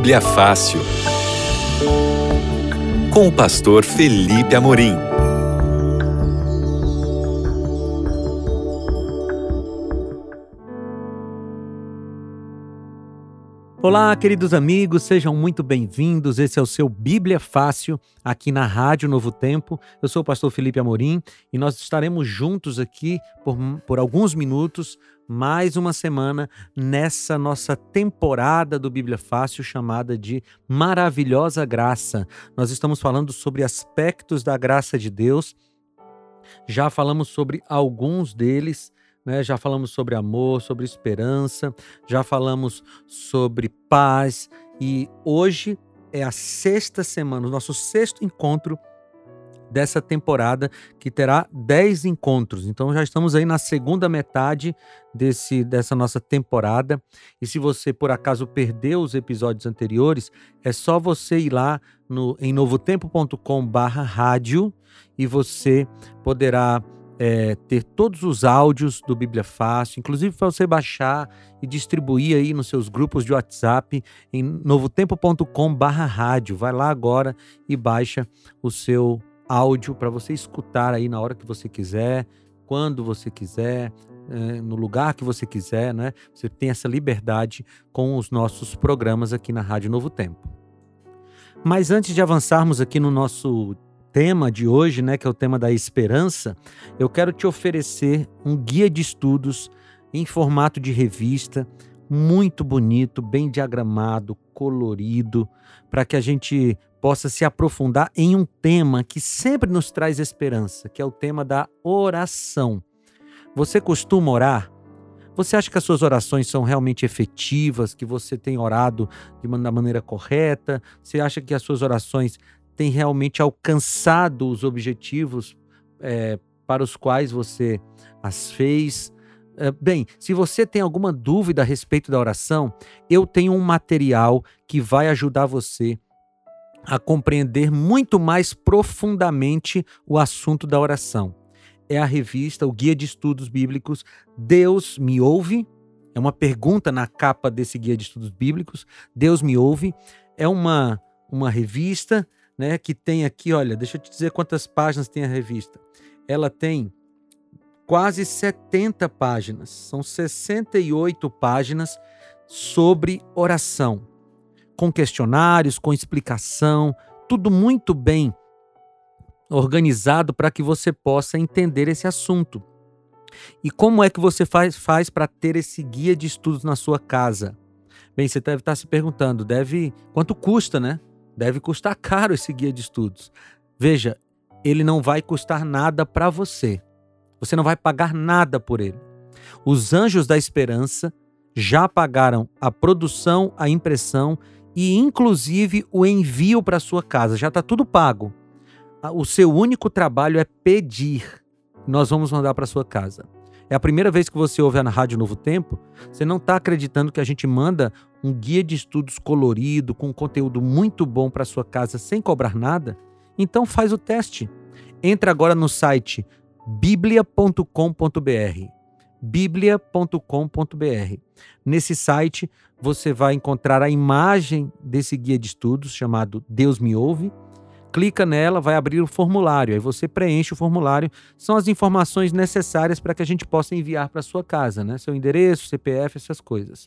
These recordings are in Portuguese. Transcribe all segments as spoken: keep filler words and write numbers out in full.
Bíblia Fácil, com o pastor Felipe Amorim. Olá, queridos amigos, sejam muito bem-vindos. Esse é o seu Bíblia Fácil, aqui na Rádio Novo Tempo. Eu sou o pastor Felipe Amorim e nós estaremos juntos aqui por, por alguns minutos, mais uma semana, nessa nossa temporada do Bíblia Fácil, chamada de Maravilhosa Graça. Nós estamos falando sobre aspectos da graça de Deus, já falamos sobre alguns deles, né? Já falamos sobre amor, sobre esperança, já falamos sobre paz e hoje é a sexta semana, o nosso sexto encontro dessa temporada, que terá dez encontros. Então já estamos aí na segunda metade desse, dessa nossa temporada. E se você por acaso perdeu os episódios anteriores, é só você ir lá no, em novotempo ponto com barra rádio e você poderá É, ter todos os áudios do Bíblia Fácil, inclusive para você baixar e distribuir aí nos seus grupos de WhatsApp em novotempo ponto com barra rádio. Vai lá agora e baixa o seu áudio para você escutar aí na hora que você quiser, quando você quiser, é, no lugar que você quiser, né? Você tem essa liberdade com os nossos programas aqui na Rádio Novo Tempo. Mas antes de avançarmos aqui no nosso tema de hoje, né, que é o tema da esperança, eu quero te oferecer um guia de estudos em formato de revista, muito bonito, bem diagramado, colorido, para que a gente possa se aprofundar em um tema que sempre nos traz esperança, que é o tema da oração. Você costuma orar? Você acha que as suas orações são realmente efetivas, que você tem orado de uma, da maneira correta? Você acha que as suas orações tem realmente alcançado os objetivos é, para os quais você as fez? É, bem, se você tem alguma dúvida a respeito da oração, eu tenho um material que vai ajudar você a compreender muito mais profundamente o assunto da oração. É a revista, o Guia de Estudos Bíblicos, Deus Me Ouve? É uma pergunta na capa desse Guia de Estudos Bíblicos, Deus Me Ouve? É uma, uma revista, né, que tem aqui, olha, deixa eu te dizer quantas páginas tem a revista. Ela tem quase setenta páginas, são sessenta e oito páginas sobre oração, com questionários, com explicação, tudo muito bem organizado para que você possa entender esse assunto. E como é que você faz, faz para ter esse guia de estudos na sua casa? Bem, você deve estar se perguntando, deve, quanto custa, né? Deve custar caro esse guia de estudos. Veja, ele não vai custar nada para você. Você não vai pagar nada por ele. Os Anjos da Esperança já pagaram a produção, a impressão e inclusive o envio para sua casa. Já está tudo pago. O seu único trabalho é pedir. Nós vamos mandar para sua casa. É a primeira vez que você ouve na Rádio Novo Tempo, você não está acreditando que a gente manda um guia de estudos colorido, com conteúdo muito bom para sua casa, sem cobrar nada? Então faz o teste. Entra agora no site biblia ponto com ponto br. biblia ponto com ponto br. Nesse site você vai encontrar a imagem desse guia de estudos chamado Deus Me Ouve. Clica nela, vai abrir o formulário, aí você preenche o formulário, são as informações necessárias para que a gente possa enviar para sua casa, né? Seu endereço, C P F, essas coisas.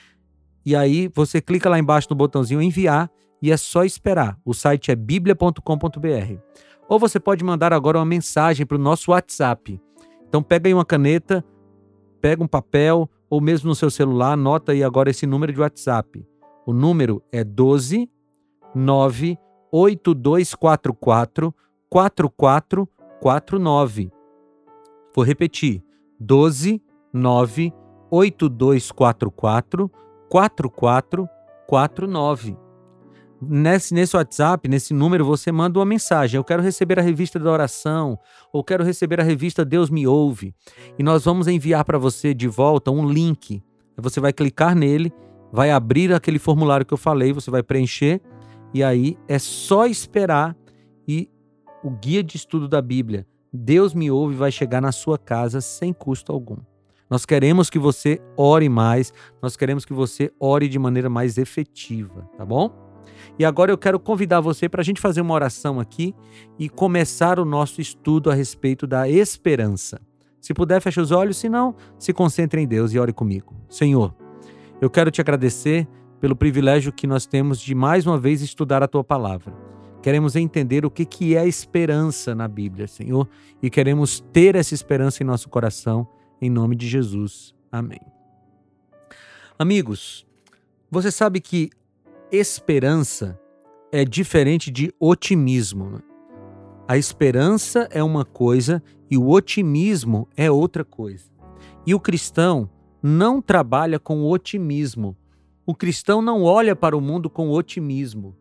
E aí você clica lá embaixo no botãozinho enviar e é só esperar. O site é biblia ponto com ponto br. Ou você pode mandar agora uma mensagem para o nosso WhatsApp. Então pega aí uma caneta, pega um papel ou mesmo no seu celular, anota aí agora esse número de WhatsApp. O número é doze nove oito dois quatro quatro quatro quatro quatro nove. Vou repetir, doze nove oito dois quatro quatro quatro quatro quatro nove. Nesse, nesse WhatsApp, nesse número, você manda uma mensagem. Eu quero receber a revista da oração, ou quero receber a revista Deus Me Ouve. E nós vamos enviar para você de volta um link. Você vai clicar nele, vai abrir aquele formulário que eu falei, você vai preencher. E aí é só esperar e o guia de estudo da Bíblia, Deus Me Ouve, vai chegar na sua casa sem custo algum. Nós queremos que você ore mais, nós queremos que você ore de maneira mais efetiva, tá bom? E agora eu quero convidar você para a gente fazer uma oração aqui e começar o nosso estudo a respeito da esperança. Se puder, feche os olhos, se não, se concentre em Deus e ore comigo. Senhor, eu quero te agradecer pelo privilégio que nós temos de mais uma vez estudar a Tua Palavra. Queremos entender o que que é esperança na Bíblia, Senhor, e queremos ter essa esperança em nosso coração, em nome de Jesus. Amém. Amigos, você sabe que esperança é diferente de otimismo, né? A esperança é uma coisa e o otimismo é outra coisa. E o cristão não trabalha com otimismo. O cristão não olha para o mundo com otimismo.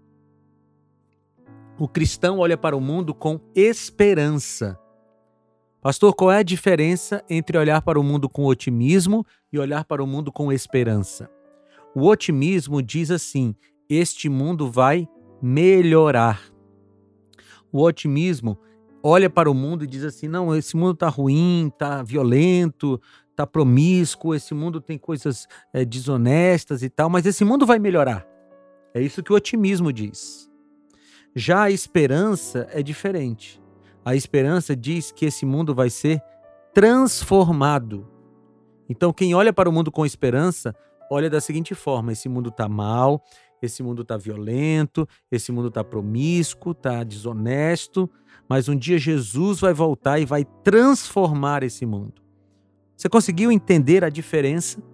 O cristão olha para o mundo com esperança. Pastor, qual é a diferença entre olhar para o mundo com otimismo e olhar para o mundo com esperança? O otimismo diz assim: este mundo vai melhorar. O otimismo olha para o mundo e diz assim: não, esse mundo está ruim, está violento, está promíscuo, esse mundo tem coisas é, desonestas e tal, mas esse mundo vai melhorar. É isso que o otimismo diz. Já a esperança é diferente. A esperança diz que esse mundo vai ser transformado. Então, quem olha para o mundo com esperança, olha da seguinte forma: esse mundo está mal, esse mundo está violento, esse mundo está promíscuo, está desonesto, mas um dia Jesus vai voltar e vai transformar esse mundo. Você conseguiu entender a diferença?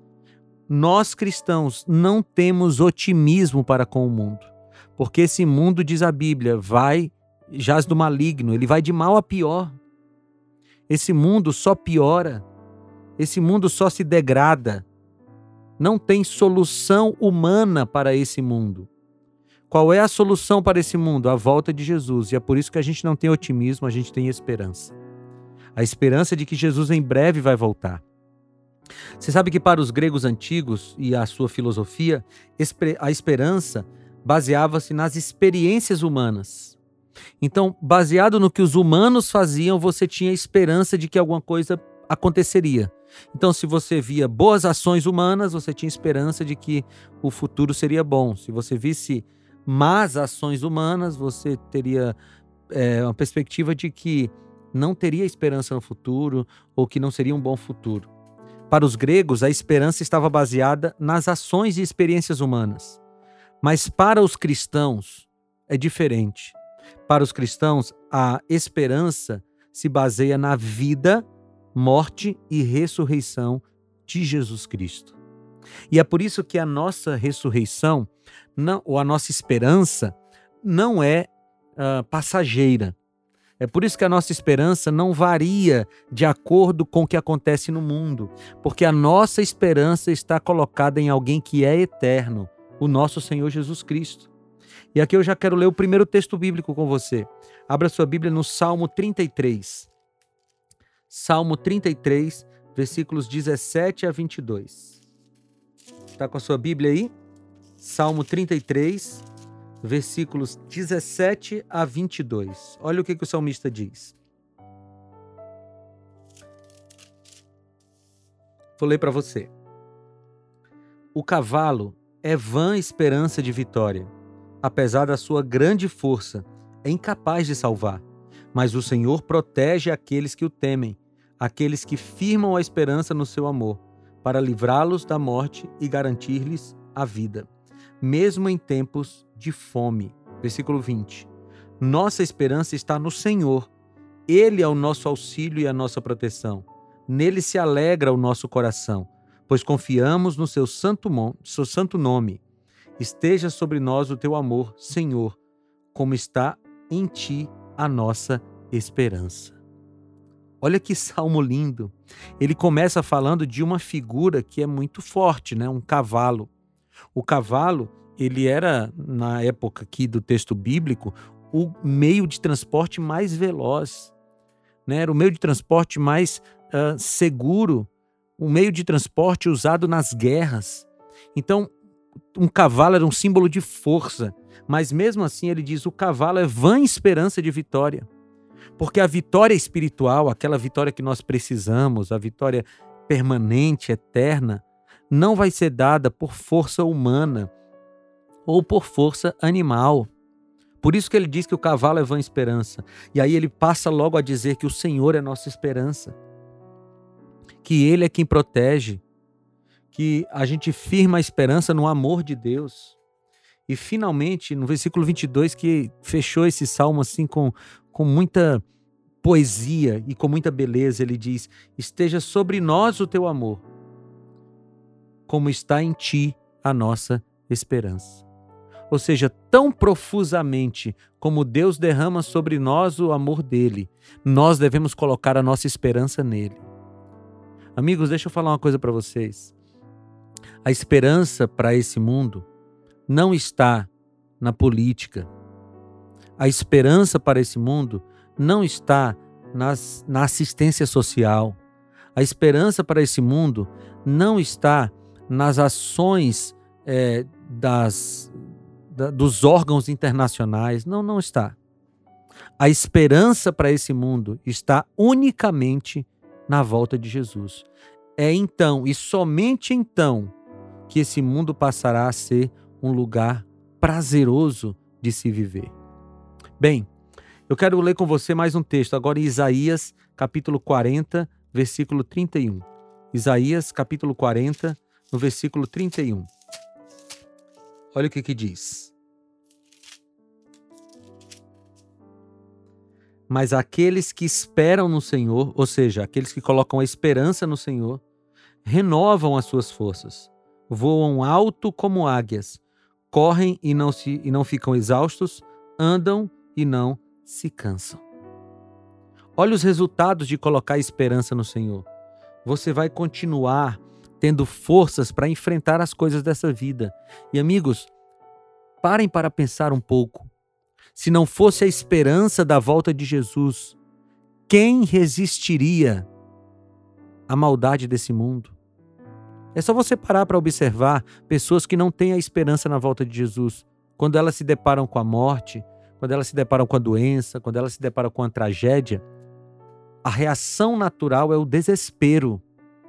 Nós cristãos não temos otimismo para com o mundo, porque esse mundo, diz a Bíblia, vai, jaz do maligno, ele vai de mal a pior. Esse mundo só piora, esse mundo só se degrada. Não tem solução humana para esse mundo. Qual é a solução para esse mundo? A volta de Jesus. E é por isso que a gente não tem otimismo, a gente tem esperança. A esperança de que Jesus em breve vai voltar. Você sabe que para os gregos antigos e a sua filosofia, a esperança baseava-se nas experiências humanas. Então, baseado no que os humanos faziam, você tinha esperança de que alguma coisa aconteceria. Então, se você via boas ações humanas, você tinha esperança de que o futuro seria bom. Se você visse más ações humanas, você teria é, uma perspectiva de que não teria esperança no futuro ou que não seria um bom futuro. Para os gregos, a esperança estava baseada nas ações e experiências humanas. Mas para os cristãos é diferente. Para os cristãos, a esperança se baseia na vida, morte e ressurreição de Jesus Cristo. E é por isso que a nossa ressurreição, não, ou a nossa esperança, não é uh, passageira. É por isso que a nossa esperança não varia de acordo com o que acontece no mundo, porque a nossa esperança está colocada em alguém que é eterno, o nosso Senhor Jesus Cristo. E aqui eu já quero ler o primeiro texto bíblico com você. Abra sua Bíblia no Salmo trinta e três. Salmo trinta e três, versículos dezessete a vinte e dois. Está com a sua Bíblia aí? Salmo trinta e três, versículos dezessete a vinte e dois. Olha o que, que o salmista diz. Vou ler para você. O cavalo é vã esperança de vitória. Apesar da sua grande força, é incapaz de salvar. Mas o Senhor protege aqueles que o temem, aqueles que firmam a esperança no seu amor, para livrá-los da morte e garantir-lhes a vida, mesmo em tempos de fome. Versículo vinte. Nossa esperança está no Senhor. Ele é o nosso auxílio e a nossa proteção. Nele se alegra o nosso coração, pois confiamos no seu santo, seu santo nome. Esteja sobre nós o teu amor, Senhor, como está em ti a nossa esperança. Olha que salmo lindo. Ele começa falando de uma figura que é muito forte, né? Um cavalo. O cavalo, ele era, na época aqui do texto bíblico, o meio de transporte mais veloz, né? Era o meio de transporte mais uh, seguro, o meio de transporte usado nas guerras. Então, um cavalo era um símbolo de força, mas mesmo assim ele diz: o cavalo é vã esperança de vitória. Porque a vitória espiritual, aquela vitória que nós precisamos, a vitória permanente, eterna, não vai ser dada por força humana ou por força animal. Por isso que ele diz que o cavalo é vã esperança. E aí ele passa logo a dizer que o Senhor é nossa esperança, que Ele é quem protege, que a gente firma a esperança no amor de Deus. E finalmente, no versículo vinte e dois, que fechou esse salmo assim com, com muita poesia e com muita beleza, ele diz: esteja sobre nós o teu amor, como está em ti a nossa esperança. Ou seja, tão profusamente como Deus derrama sobre nós o amor dele, nós devemos colocar a nossa esperança nele. Amigos, deixa eu falar uma coisa para vocês. A esperança para esse mundo não está na política. A esperança para esse mundo não está nas, na assistência social. A esperança para esse mundo não está nas ações é, das, da, dos órgãos internacionais. Não, não está. A esperança para esse mundo está unicamente na volta de Jesus. É então, e somente então, que esse mundo passará a ser um lugar prazeroso de se viver. Bem, eu quero ler com você mais um texto, agora em Isaías, capítulo quarenta, versículo trinta e um. Isaías, capítulo quarenta, no versículo trinta e um. Olha o que que diz. Mas aqueles que esperam no Senhor, ou seja, aqueles que colocam a esperança no Senhor, renovam as suas forças, voam alto como águias, correm e não, se, e não ficam exaustos, andam e não se cansam. Olha os resultados de colocar esperança no Senhor. Você vai continuar tendo forças para enfrentar as coisas dessa vida. E amigos, parem para pensar um pouco. Se não fosse a esperança da volta de Jesus, quem resistiria à maldade desse mundo? É só você parar para observar pessoas que não têm a esperança na volta de Jesus. Quando elas se deparam com a morte, quando elas se deparam com a doença, quando elas se deparam com a tragédia, a reação natural é o desespero.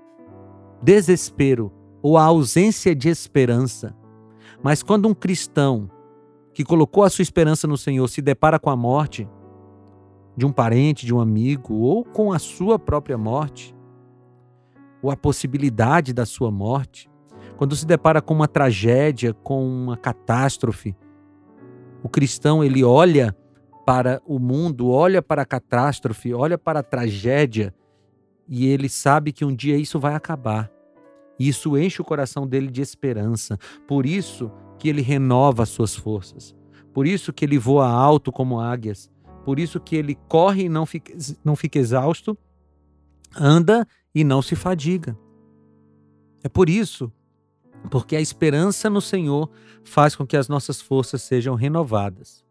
Desespero ou a ausência de esperança. Mas quando um cristão que colocou a sua esperança no Senhor se depara com a morte de um parente, de um amigo, ou com a sua própria morte, ou a possibilidade da sua morte, quando se depara com uma tragédia, com uma catástrofe, o cristão, ele olha para o mundo, olha para a catástrofe, olha para a tragédia, e ele sabe que um dia isso vai acabar. E isso enche o coração dele de esperança. Por isso que ele renova as suas forças. Por isso que ele voa alto como águias. Por isso que ele corre e não fica, não fica exausto, anda e não se fadiga. É por isso, porque a esperança no Senhor faz com que as nossas forças sejam renovadas.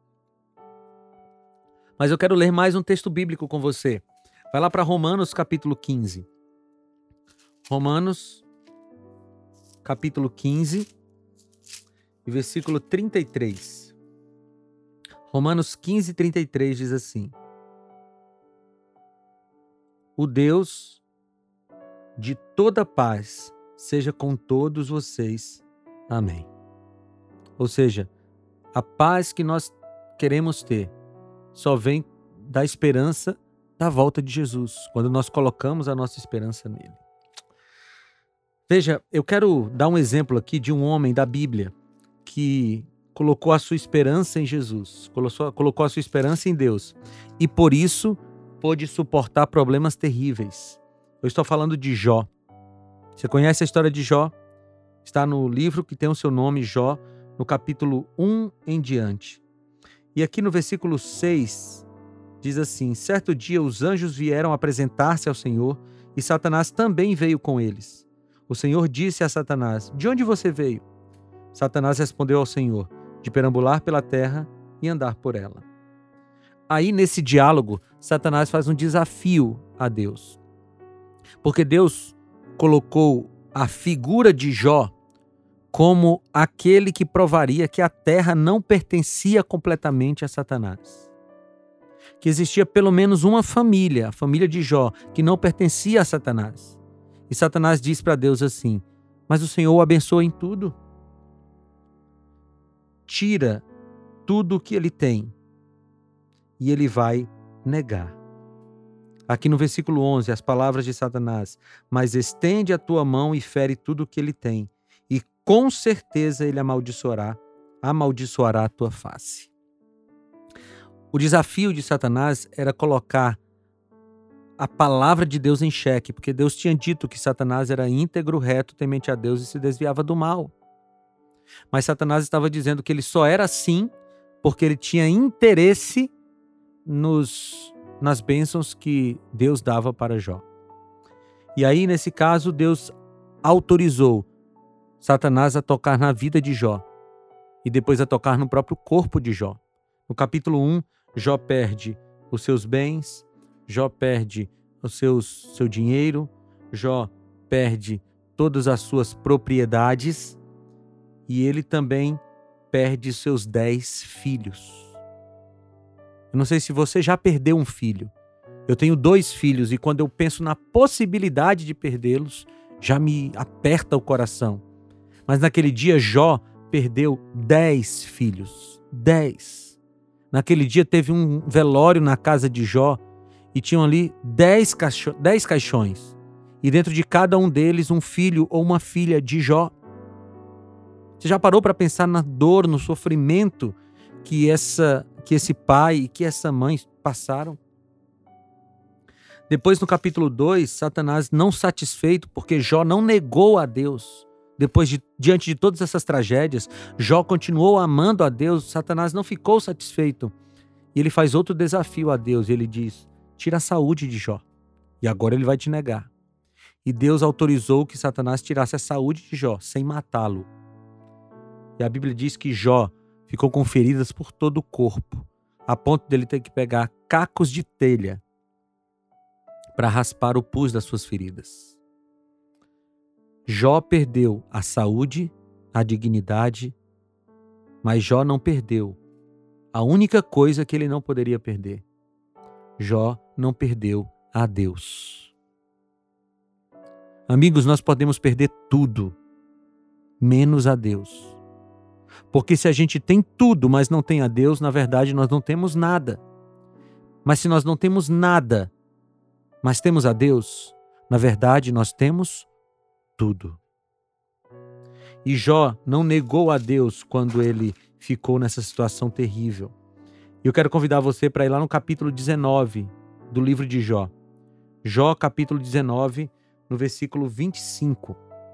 Mas eu quero ler mais um texto bíblico com você. Vai lá para Romanos capítulo quinze. Romanos capítulo quinze, versículo trinta e três. Romanos quinze, trinta e três diz assim: o Deus de toda paz seja com todos vocês. Amém. Ou seja, a paz que nós queremos ter só vem da esperança da volta de Jesus, quando nós colocamos a nossa esperança nele. Veja, eu quero dar um exemplo aqui de um homem da Bíblia que colocou a sua esperança em Jesus, colocou a sua esperança em Deus e por isso pôde suportar problemas terríveis. Eu estou falando de Jó. Você conhece a história de Jó? Está no livro que tem o seu nome, Jó, no capítulo um em diante. E aqui no versículo seis, diz assim: certo dia os anjos vieram apresentar-se ao Senhor e Satanás também veio com eles. O Senhor disse a Satanás: de onde você veio? Satanás respondeu ao Senhor: de perambular pela terra e andar por ela. Aí nesse diálogo, Satanás faz um desafio a Deus. Porque Deus colocou a figura de Jó como aquele que provaria que a terra não pertencia completamente a Satanás. Que existia pelo menos uma família, a família de Jó, que não pertencia a Satanás. E Satanás diz para Deus assim: mas o Senhor o abençoa em tudo. Tira tudo o que ele tem. E ele vai negar. Aqui no versículo onze, as palavras de Satanás: mas estende a tua mão e fere tudo o que ele tem, e com certeza ele amaldiçoará, amaldiçoará a tua face. O desafio de Satanás era colocar a palavra de Deus em xeque, porque Deus tinha dito que Satanás era íntegro, reto, temente a Deus e se desviava do mal. Mas Satanás estava dizendo que ele só era assim porque ele tinha interesse nos, nas bênçãos que Deus dava para Jó. E aí, nesse caso, Deus autorizou Satanás a tocar na vida de Jó e depois a tocar no próprio corpo de Jó. No capítulo um, Jó perde os seus bens, Jó perde o seus, seu dinheiro, Jó perde todas as suas propriedades e ele também perde seus dez filhos. Eu não sei se você já perdeu um filho. Eu tenho dois filhos e quando eu penso na possibilidade de perdê-los, já me aperta o coração. Mas naquele dia Jó perdeu dez filhos. Dez. Naquele dia teve um velório na casa de Jó e tinham ali dez, caixo- dez caixões. E dentro de cada um deles um filho ou uma filha de Jó. Você já parou para pensar na dor, no sofrimento que, essa, que esse pai e que essa mãe passaram? Depois, no capítulo dois, Satanás, não satisfeito, porque Jó não negou a Deus. Depois, de, diante de todas essas tragédias, Jó continuou amando a Deus. Satanás não ficou satisfeito. E ele faz outro desafio a Deus. Ele diz: tira a saúde de Jó. E agora ele vai te negar. E Deus autorizou que Satanás tirasse a saúde de Jó, sem matá-lo. E a Bíblia diz que Jó ficou com feridas por todo o corpo, a ponto dele ter que pegar cacos de telha para raspar o pus das suas feridas. Jó perdeu a saúde, a dignidade, mas Jó não perdeu a única coisa que ele não poderia perder. Jó não perdeu a Deus. Amigos, nós podemos perder tudo, menos a Deus. Porque se a gente tem tudo, mas não tem a Deus, na verdade nós não temos nada. Mas se nós não temos nada, mas temos a Deus, na verdade nós temos tudo. E Jó não negou a Deus quando ele ficou nessa situação terrível. E eu quero convidar você para ir lá no capítulo dezenove do livro de Jó. Jó, capítulo dezenove, no versículo vinte e cinco.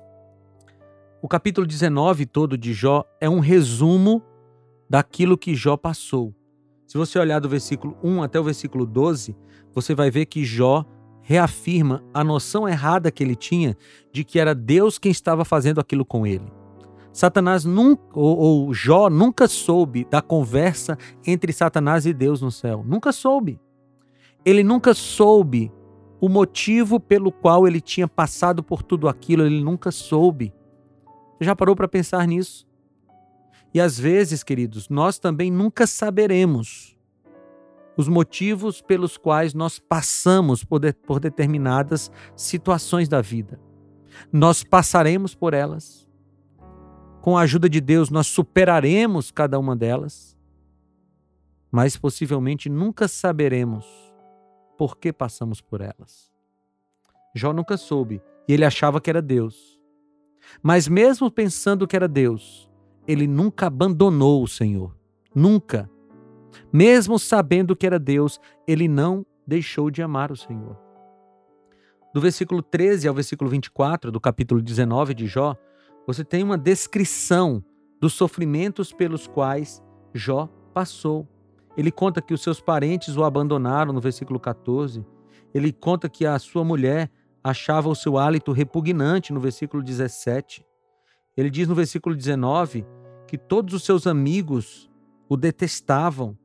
O capítulo dezenove todo de Jó é um resumo daquilo que Jó passou. Se você olhar do versículo um até o versículo doze, você vai ver que Jó reafirma a noção errada que ele tinha de que era Deus quem estava fazendo aquilo com ele. Satanás nunca, ou, ou Jó nunca soube da conversa entre Satanás e Deus no céu. Nunca soube. Ele nunca soube o motivo pelo qual ele tinha passado por tudo aquilo. Ele nunca soube. Você já parou para pensar nisso? E às vezes, queridos, nós também nunca saberemos os motivos pelos quais nós passamos por, de, por determinadas situações da vida. Nós passaremos por elas. Com a ajuda de Deus, nós superaremos cada uma delas. Mas possivelmente nunca saberemos por que passamos por elas. Jó nunca soube e ele achava que era Deus. Mas mesmo pensando que era Deus, ele nunca abandonou o Senhor. Nunca. Mesmo sabendo que era Deus, ele não deixou de amar o Senhor. Do versículo treze ao versículo vinte e quatro do capítulo dezenove de Jó, você tem uma descrição dos sofrimentos pelos quais Jó passou. Ele conta que os seus parentes o abandonaram no versículo quatorze. Ele conta que a sua mulher achava o seu hálito repugnante no versículo dezessete. Ele diz no versículo dezenove que todos os seus amigos o detestavam.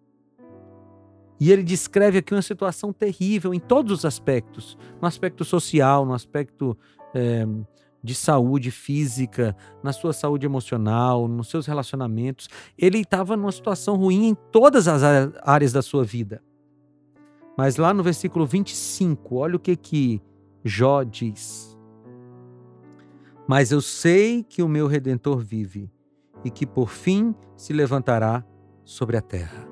E ele descreve aqui uma situação terrível em todos os aspectos. No aspecto social, no aspecto é, de saúde física, na sua saúde emocional, nos seus relacionamentos. Ele estava numa situação ruim em todas as áreas da sua vida. Mas lá no versículo vinte e cinco, olha o que, que Jó diz. Mas eu sei que o meu Redentor vive e que por fim se levantará sobre a terra.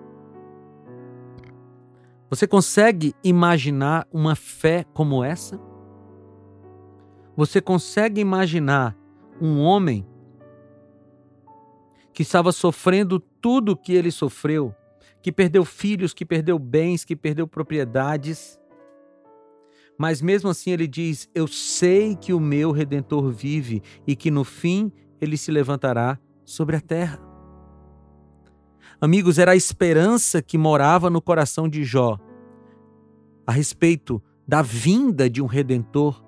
Você consegue imaginar uma fé como essa? Você consegue imaginar um homem que estava sofrendo tudo o que ele sofreu, que perdeu filhos, que perdeu bens, que perdeu propriedades, mas mesmo assim ele diz: eu sei que o meu Redentor vive e que no fim ele se levantará sobre a terra. Amigos, era a esperança que morava no coração de Jó a respeito da vinda de um Redentor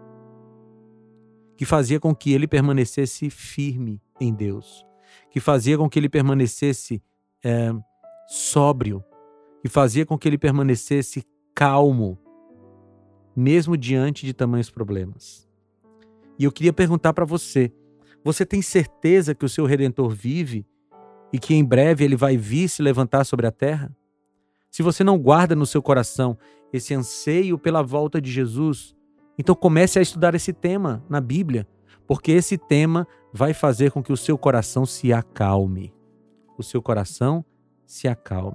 que fazia com que ele permanecesse firme em Deus, que fazia com que ele permanecesse é, sóbrio, que fazia com que ele permanecesse calmo, mesmo diante de tamanhos problemas. E eu queria perguntar para você, você tem certeza que o seu Redentor vive e que em breve ele vai vir se levantar sobre a terra? Se você não guarda no seu coração esse anseio pela volta de Jesus, então comece a estudar esse tema na Bíblia, porque esse tema vai fazer com que o seu coração se acalme. O seu coração se acalme.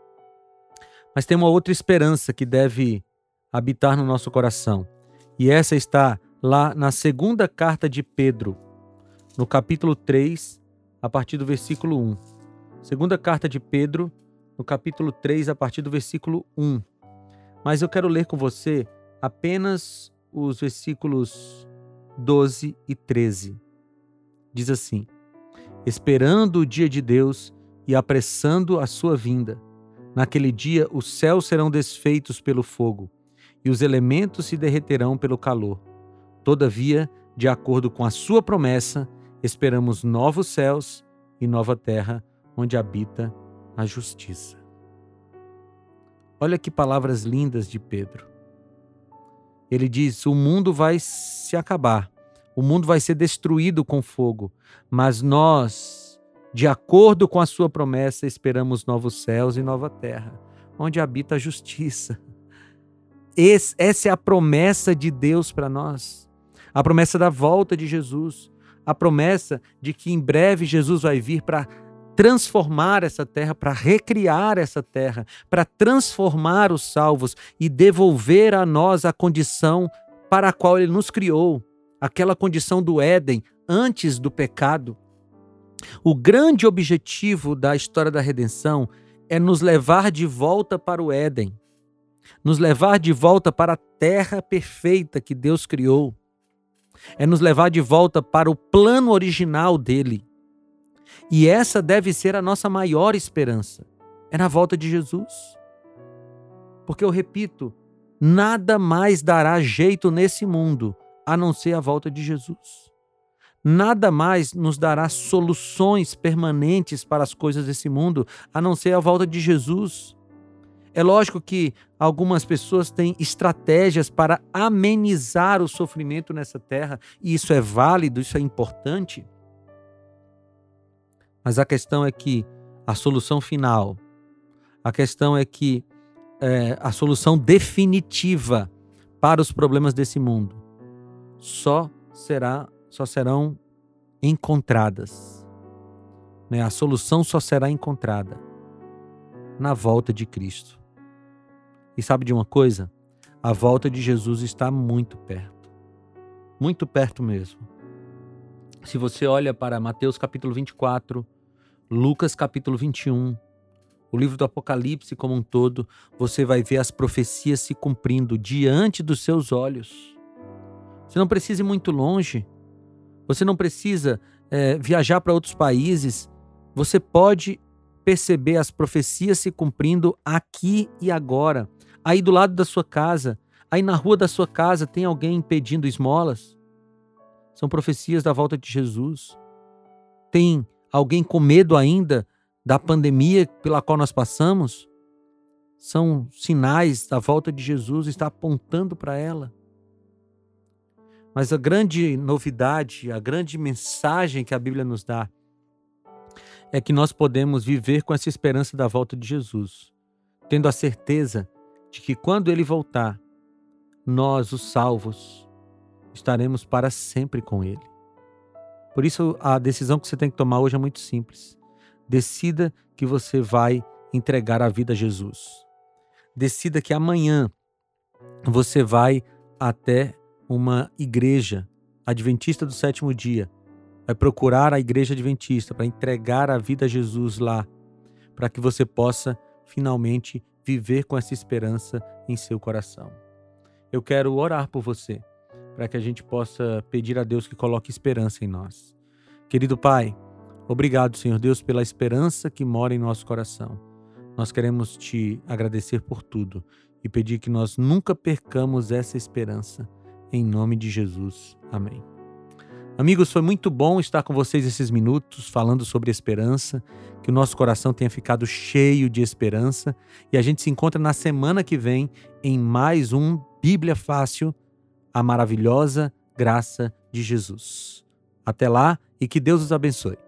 Mas tem uma outra esperança que deve habitar no nosso coração. E essa está lá na segunda carta de Pedro, no capítulo três, a partir do versículo um. Segunda carta de Pedro, no capítulo três, a partir do versículo um. Mas eu quero ler com você apenas os versículos doze e treze. Diz assim: esperando o dia de Deus e apressando a sua vinda. Naquele dia os céus serão desfeitos pelo fogo e os elementos se derreterão pelo calor. Todavia, de acordo com a sua promessa, esperamos novos céus e nova terra, onde habita a justiça. Olha que palavras lindas de Pedro. Ele diz: o mundo vai se acabar, o mundo vai ser destruído com fogo, mas nós, de acordo com a sua promessa, esperamos novos céus e nova terra, onde habita a justiça. Esse, essa é a promessa de Deus para nós, a promessa da volta de Jesus, a promessa de que em breve Jesus vai vir para transformar essa terra, para recriar essa terra, para transformar os salvos e devolver a nós a condição para a qual Ele nos criou, aquela condição do Éden antes do pecado. O grande objetivo da história da redenção é nos levar de volta para o Éden, nos levar de volta para a terra perfeita que Deus criou, é nos levar de volta para o plano original dele. E essa deve ser a nossa maior esperança, é na volta de Jesus. Porque eu repito, nada mais dará jeito nesse mundo a não ser a volta de Jesus. Nada mais nos dará soluções permanentes para as coisas desse mundo a não ser a volta de Jesus. É lógico que algumas pessoas têm estratégias para amenizar o sofrimento nessa terra, e isso é válido, isso é importante. Mas a questão é que a solução final, a questão é que é, a solução definitiva para os problemas desse mundo só será, só serão encontradas, né? A solução só será encontrada na volta de Cristo. E sabe de uma coisa? A volta de Jesus está muito perto, muito perto mesmo. Se você olha para Mateus capítulo vinte e quatro, Lucas capítulo vinte e um, o livro do Apocalipse como um todo, você vai ver as profecias se cumprindo diante dos seus olhos. Você não precisa ir muito longe, você não precisa é, viajar para outros países, você pode perceber as profecias se cumprindo aqui e agora, aí do lado da sua casa, aí na rua da sua casa tem alguém pedindo esmolas. São profecias da volta de Jesus. Tem alguém com medo ainda da pandemia pela qual nós passamos? São sinais da volta de Jesus, está apontando para ela. Mas a grande novidade, a grande mensagem que a Bíblia nos dá é que nós podemos viver com essa esperança da volta de Jesus, tendo a certeza de que quando Ele voltar, nós, os salvos, estaremos para sempre com Ele. Por isso, a decisão que você tem que tomar hoje é muito simples. Decida que você vai entregar a vida a Jesus. Decida que amanhã você vai até uma igreja adventista do sétimo dia. Vai procurar a igreja adventista para entregar a vida a Jesus lá, para que você possa finalmente viver com essa esperança em seu coração. Eu quero orar por você, para que a gente possa pedir a Deus que coloque esperança em nós. Querido Pai, obrigado, Senhor Deus, pela esperança que mora em nosso coração. Nós queremos te agradecer por tudo e pedir que nós nunca percamos essa esperança. Em nome de Jesus. Amém. Amigos, foi muito bom estar com vocês esses minutos falando sobre esperança, que o nosso coração tenha ficado cheio de esperança e a gente se encontra na semana que vem em mais um Bíblia Fácil, a maravilhosa graça de Jesus. Até lá e que Deus os abençoe.